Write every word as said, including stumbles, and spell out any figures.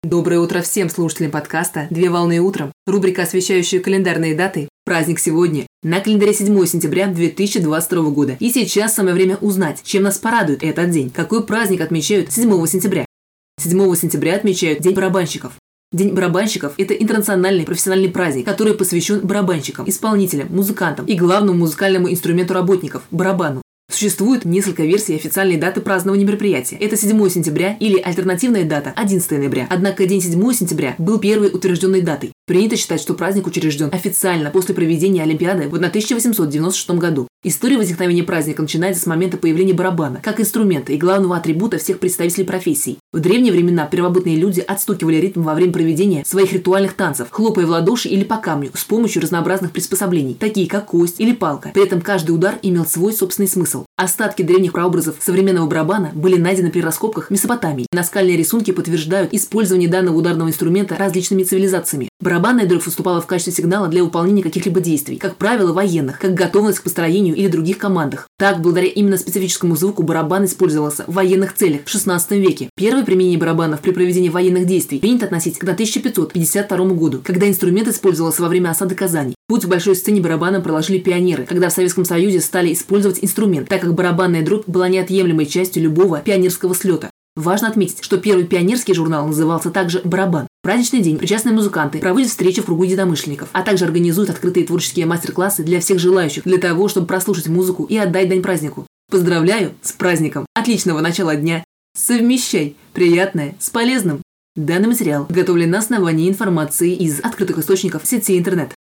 Доброе утро всем слушателям подкаста «Две волны утром». Рубрика, освещающая календарные даты. Праздник сегодня. На календаре седьмое сентября две тысячи двадцать второго года. И сейчас самое время узнать, чем нас порадует этот день. Какой праздник отмечают седьмого сентября? седьмого сентября отмечают День барабанщиков. День барабанщиков – это интернациональный профессиональный праздник, который посвящен барабанщикам, исполнителям, музыкантам и главному музыкальному инструменту работников – барабану. Существует несколько версий официальной даты празднования мероприятия. Это седьмое сентября или альтернативная дата – одиннадцатого ноября. Однако день седьмого сентября был первой утвержденной датой. Принято считать, что праздник учрежден официально после проведения Олимпиады в тысяча восемьсот девяносто шестом году. История возникновения праздника начинается с момента появления барабана, как инструмента и главного атрибута всех представителей профессий. В древние времена первобытные люди отстукивали ритм во время проведения своих ритуальных танцев, хлопая в ладоши или по камню с помощью разнообразных приспособлений, такие как кость или палка. При этом каждый удар имел свой собственный смысл. Остатки древних прообразов современного барабана были найдены при раскопках Месопотамии. Наскальные рисунки подтверждают использование данного ударного инструмента различными цивилизациями. Барабанная дробь выступала в качестве сигнала для выполнения каких-либо действий, как правило, военных, как готовность к построению или других командах. Так, благодаря именно специфическому звуку барабан использовался в военных целях в шестнадцатом веке. Первое применение барабанов при проведении военных действий принято относить к тысяча пятьсот пятьдесят второму году, когда инструмент использовался во время осады Казани. Путь к большой сцене барабаном проложили пионеры, когда в Советском Союзе стали использовать инструмент, так как барабанная дробь была неотъемлемой частью любого пионерского слета. Важно отметить, что первый пионерский журнал назывался также «Барабан». В праздничный день причастные музыканты проводят встречи в кругу единомышленников, а также организуют открытые творческие мастер-классы для всех желающих, для того, чтобы прослушать музыку и отдать дань празднику. Поздравляю с праздником! Отличного начала дня! Совмещай приятное с полезным! Данный материал подготовлен на основании информации из открытых источников сети интернет.